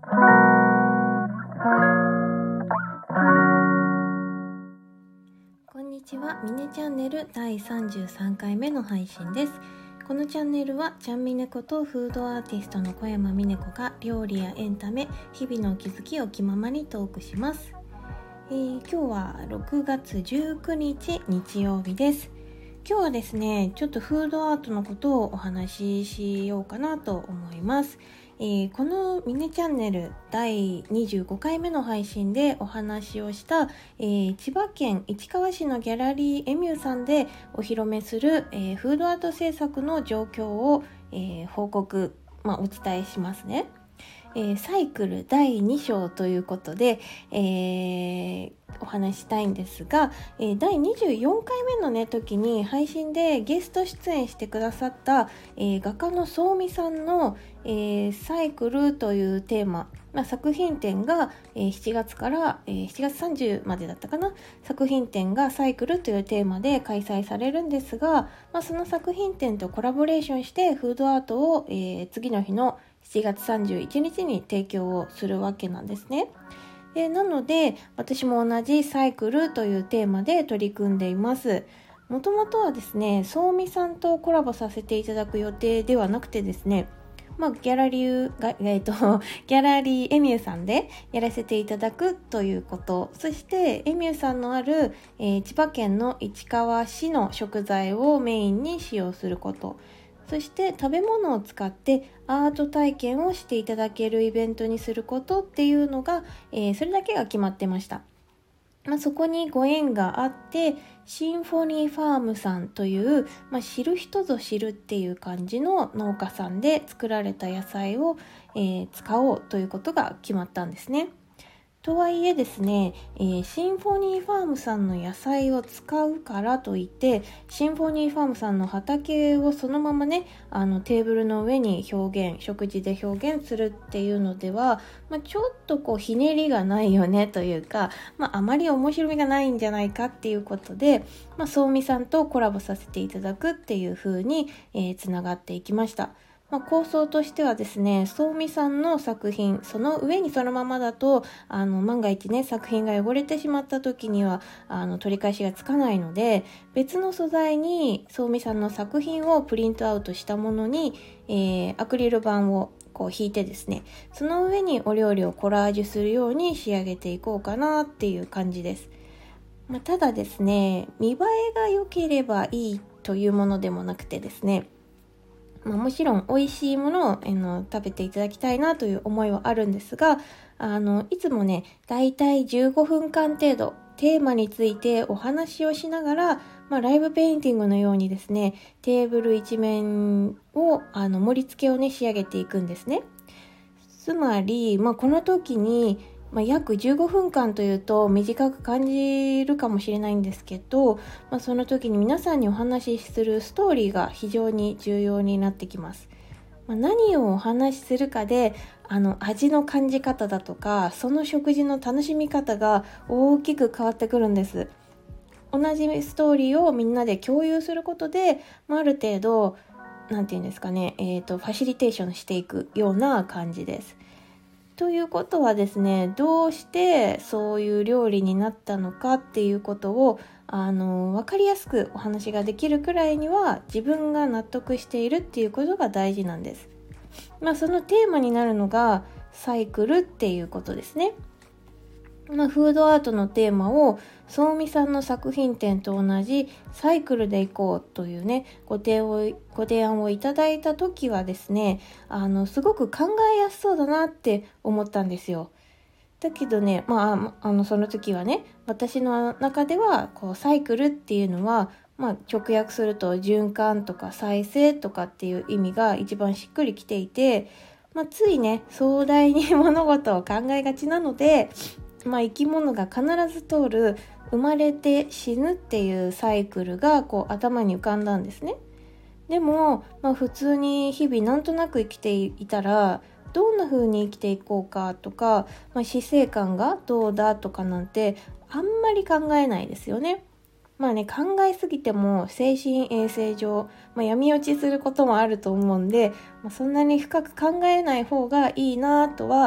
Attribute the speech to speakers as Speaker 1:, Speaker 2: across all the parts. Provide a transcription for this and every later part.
Speaker 1: こんにちは、ミネチャンネル第33回目の配信です。このチャンネルはちゃんみねことフードアーティストの小山みね子が料理やエンタメ、日々の気づきを気ままにトークします。今日は6月19日日曜日です。今日はですね、ちょっとフードアートのことをお話ししようかなと思います。このミネチャンネル第25回目の配信でお話をした、千葉県市川市のギャラリーエミューさんでお披露目する、フードアート制作の状況を、報告、お伝えしますね。サイクル第2章ということで、お話したいんですが、第24回目の時に配信でゲスト出演してくださった、画家のそうみさんの、サイクルというテーマ、作品展が、7月から、7月30までだったかな、作品展がサイクルというテーマで開催されるんですが、その作品展とコラボレーションしてフードアートを、次の日の7月31日に提供をするわけなんですね。なので私も同じサイクルというテーマで取り組んでいます。もともとはですね、そうみさんとコラボさせていただく予定ではなくてですね、ギャラリーエミューさんでやらせていただくということ、そしてエミューさんのある、千葉県の市川市の食材をメインに使用すること、そして食べ物を使ってアート体験をしていただけるイベントにすることっていうのが、それだけが決まってました。そこにご縁があってシンフォニーファームさんという、知る人ぞ知るっていう感じの農家さんで作られた野菜を、使おうということが決まったんですね。とはいえですね、シンフォニーファームさんの野菜を使うからといってシンフォニーファームさんの畑をそのままねテーブルの上に食事で表現するっていうのでは、ちょっとひねりがないよねというか、あまり面白みがないんじゃないかっていうことで、そうみさんとコラボさせていただくっていう風に、つながっていきました。構想としてはですね、そうみさんの作品、その上にそのままだと万が一ね作品が汚れてしまった時には取り返しがつかないので、別の素材にそうみさんの作品をプリントアウトしたものに、アクリル板を引いてですね、その上にお料理をコラージュするように仕上げていこうかなっていう感じです。ただですね、見栄えが良ければいいというものでもなくてですね、もちろん美味しいものを食べていただきたいなという思いはあるんですが、いつもねだいたい15分間程度テーマについてお話をしながら、ライブペインティングのようにですね、テーブル一面を盛り付けをね仕上げていくんですね。つまり、この時に約15分間というと短く感じるかもしれないんですけど、その時に皆さんにお話しするストーリーが非常に重要になってきます。何をお話しするかで味の感じ方だとかその食事の楽しみ方が大きく変わってくるんです。同じストーリーをみんなで共有することで、ある程度なんていうんですかね、ファシリテーションしていくような感じです。ということはですね、どうしてそういう料理になったのかっていうことを分かりやすくお話ができるくらいには自分が納得しているっていうことが大事なんです。そのテーマになるのがサイクルっていうことですね。フードアートのテーマをそうみさんの作品展と同じサイクルでいこうというねご提案をいただいた時はですね、すごく考えやすそうだなって思ったんですよ。だけどね、その時はね、私の中ではサイクルっていうのは、直訳すると循環とか再生とかっていう意味が一番しっくりきていて、ついね壮大に物事を考えがちなので、生き物が必ず通る生まれて死ぬっていうサイクルが頭に浮かんだんですね。でも、普通に日々なんとなく生きていたらどんな風に生きていこうかとか、死生観がどうだとかなんてあんまり考えないですよね。考えすぎても精神衛生上、闇落ちすることもあると思うんで、そんなに深く考えない方がいいなとは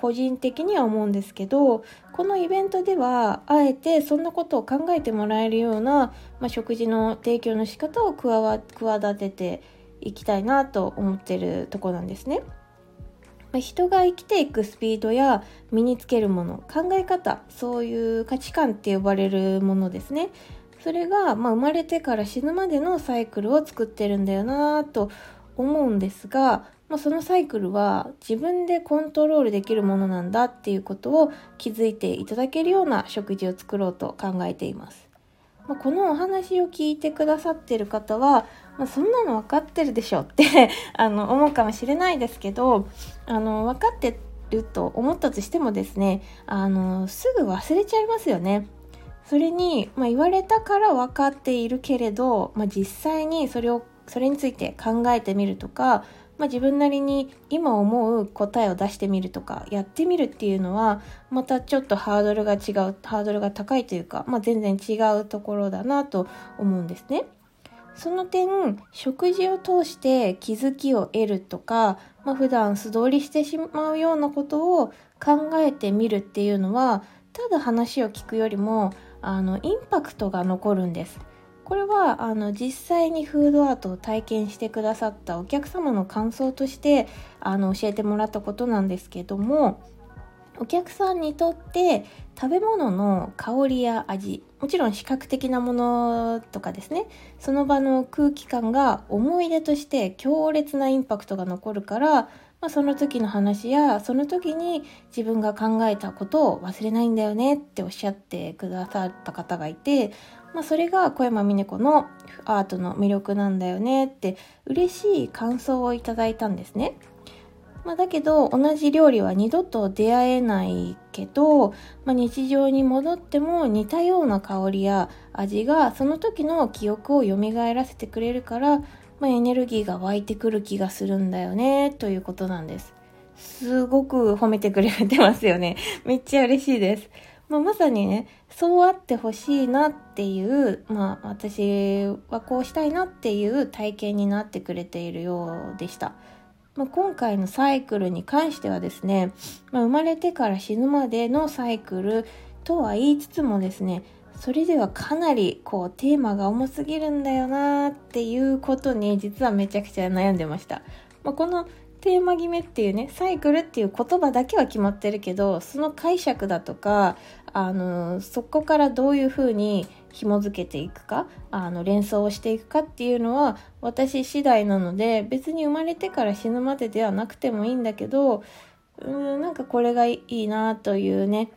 Speaker 1: 個人的には思うんですけど、このイベントではあえてそんなことを考えてもらえるような、食事の提供の仕方を企てていきたいなと思ってるところなんですね。人が生きていくスピードや身につけるもの、考え方、そういう価値観って呼ばれるものですね。それが、生まれてから死ぬまでのサイクルを作ってるんだよなと思うんですが、そのサイクルは自分でコントロールできるものなんだっていうことを気づいていただけるような食事を作ろうと考えています。このお話を聞いてくださってる方は、そんなの分かってるでしょって思うかもしれないですけど、分かってると思ったとしてもですね、すぐ忘れちゃいますよね。それに、言われたから分かっているけれど、実際にそれについて考えてみるとか、自分なりに今思う答えを出してみるとかやってみるっていうのはまたちょっとハードルが高いというか、全然違うところだなと思うんですね。その点、食事を通して気づきを得るとか、普段素通りしてしまうようなことを考えてみるっていうのは、ただ話を聞くよりもインパクトが残るんです。これは実際にフードアートを体験してくださったお客様の感想として教えてもらったことなんですけども、お客さんにとって食べ物の香りや味、もちろん視覚的なものとかですね、その場の空気感が思い出として強烈なインパクトが残るから、その時の話やその時に自分が考えたことを忘れないんだよねっておっしゃってくださった方がいて、それが小山峰子のアートの魅力なんだよねって嬉しい感想をいただいたんですね。だけど同じ料理は二度と出会えないけど、日常に戻っても似たような香りや味がその時の記憶を蘇らせてくれるから、エネルギーが湧いてくる気がするんだよねということなんです。すごく褒めてくれてますよね。めっちゃ嬉しいです。まさにね、そうあってほしいなっていう、私はこうしたいなっていう体験になってくれているようでした。今回のサイクルに関してはですね、生まれてから死ぬまでのサイクルとは言いつつもですね、それではかなりテーマが重すぎるんだよなっていうことに実はめちゃくちゃ悩んでました。このテーマ決めっていうね、サイクルっていう言葉だけは決まってるけど、その解釈だとかそこからどういうふうに紐づけていくか、連想をしていくかっていうのは私次第なので、別に生まれてから死ぬまでではなくてもいいんだけど、なんかこれがいいなというね、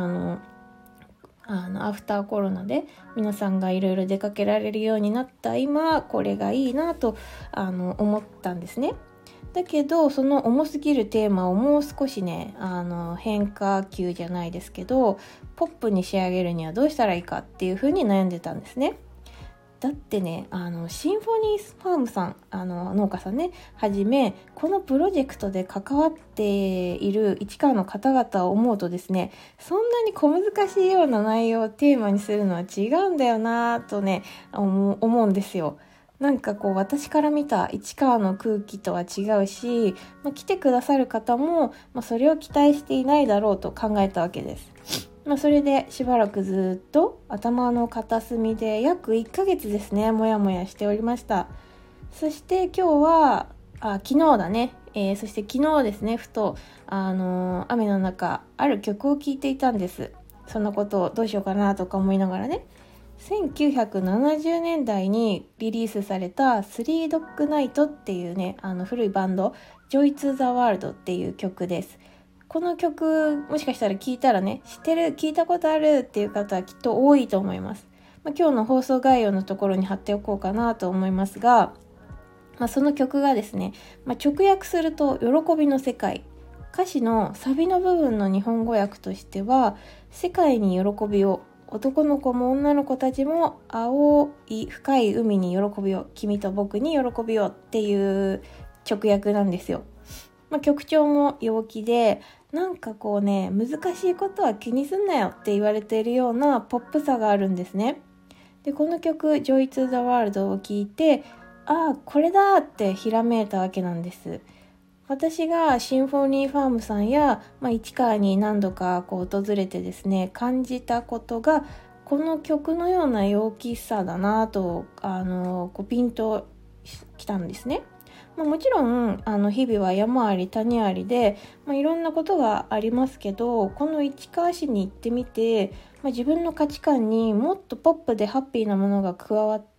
Speaker 1: アフターコロナで皆さんがいろいろ出かけられるようになった今、これがいいなと思ったんですね。だけどその重すぎるテーマをもう少しね、変化球じゃないですけどポップに仕上げるにはどうしたらいいかっていうふうに悩んでたんですね。だってね、シンフォニーファームさん、農家さんねはじめ、このプロジェクトで関わっている市川の方々を思うとですね、そんなに小難しいような内容をテーマにするのは違うんだよなとね思うんですよ。なんか私から見た市川の空気とは違うし、来てくださる方も、それを期待していないだろうと考えたわけです。それでしばらくずっと頭の片隅で約1ヶ月ですね、もやもやしておりました。そして今日は昨日だね、そして昨日ですね、ふと雨の中ある曲を聴いていたんです。そんなことをどうしようかなとか思いながらね、1970年代にリリースされたスリードッグナイトっていうね、古いバンドジョイツ・ザ・ワールドっていう曲です。この曲もしかしたら聞いたらね、知ってる、聞いたことあるっていう方はきっと多いと思います。今日の放送概要のところに貼っておこうかなと思いますが、その曲がですね、直訳すると喜びの世界、歌詞のサビの部分の日本語訳としては、世界に喜びを、男の子も女の子たちも青い深い海に喜びを、君と僕に喜びをっていう直訳なんですよ。曲調も陽気で、なんか難しいことは気にすんなよって言われているようなポップさがあるんですね。でこの曲Joy to the Worldを聴いて、これだってひらめいたわけなんです。 私がシンフォニーファームさんや、市川に何度か訪れてですね、感じたことが、この曲のような陽気さだなとピンときたんですね。もちろん日々は山あり谷ありで、いろんなことがありますけど、この市川市に行ってみて、自分の価値観にもっとポップでハッピーなものが加わって、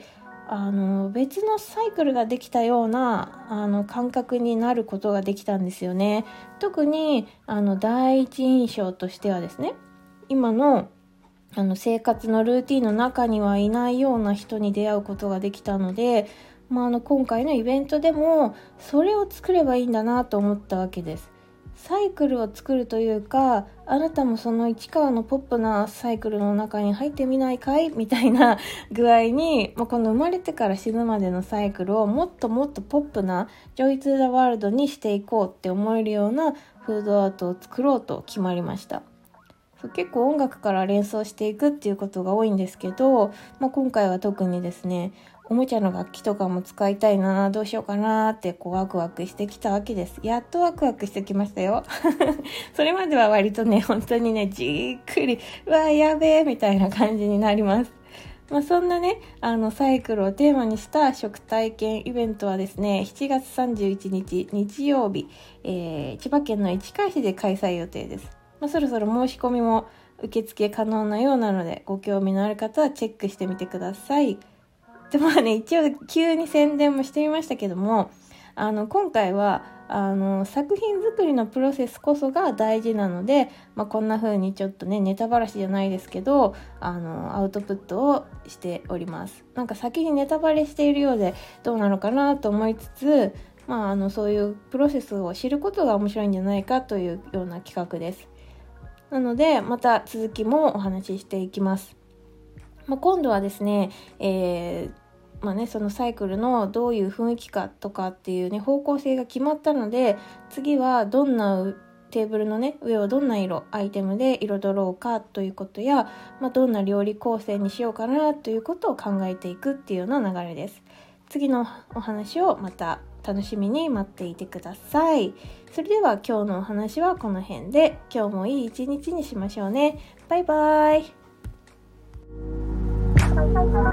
Speaker 1: 別のサイクルができたような感覚になることができたんですよね。特に第一印象としてはですね、今の生活のルーティンの中にはいないような人に出会うことができたので、今回のイベントでもそれを作ればいいんだなと思ったわけです。サイクルを作るというか、あなたもその市川のポップなサイクルの中に入ってみないかいみたいな具合に、この生まれてから死ぬまでのサイクルをもっともっとポップなジョイ・トゥ・ザ・ワールドにしていこうって思えるようなフードアートを作ろうと決まりました。結構音楽から連想していくっていうことが多いんですけど、今回は特にですね、おもちゃの楽器とかも使いたいな、どうしようかなってワクワクしてきたわけです。やっとワクワクしてきましたよそれまでは割とね、本当にね、じっくりうわやべえみたいな感じになります。そんなね、サイクルをテーマにした食体験イベントはですね、7月31日日曜日、千葉県の市川市で開催予定です。そろそろ申し込みも受付可能なようなので、ご興味のある方はチェックしてみてください。で一応急に宣伝もしてみましたけども、今回は作品作りのプロセスこそが大事なので、こんな風にちょっとね、ネタばらしじゃないですけどアウトプットをしております。先にネタバレしているようでどうなのかなと思いつつ、そういうプロセスを知ることが面白いんじゃないかというような企画です。なのでまた続きもお話ししていきます。今度はですね、そのサイクルのどういう雰囲気かとかっていうね、方向性が決まったので、次はどんなテーブルのね、上をどんなアイテムで彩ろうかということや、どんな料理構成にしようかなということを考えていくっていうような流れです。次のお話をまた楽しみに待っていてください。それでは今日のお話はこの辺で、今日もいい一日にしましょうね。バイバイ。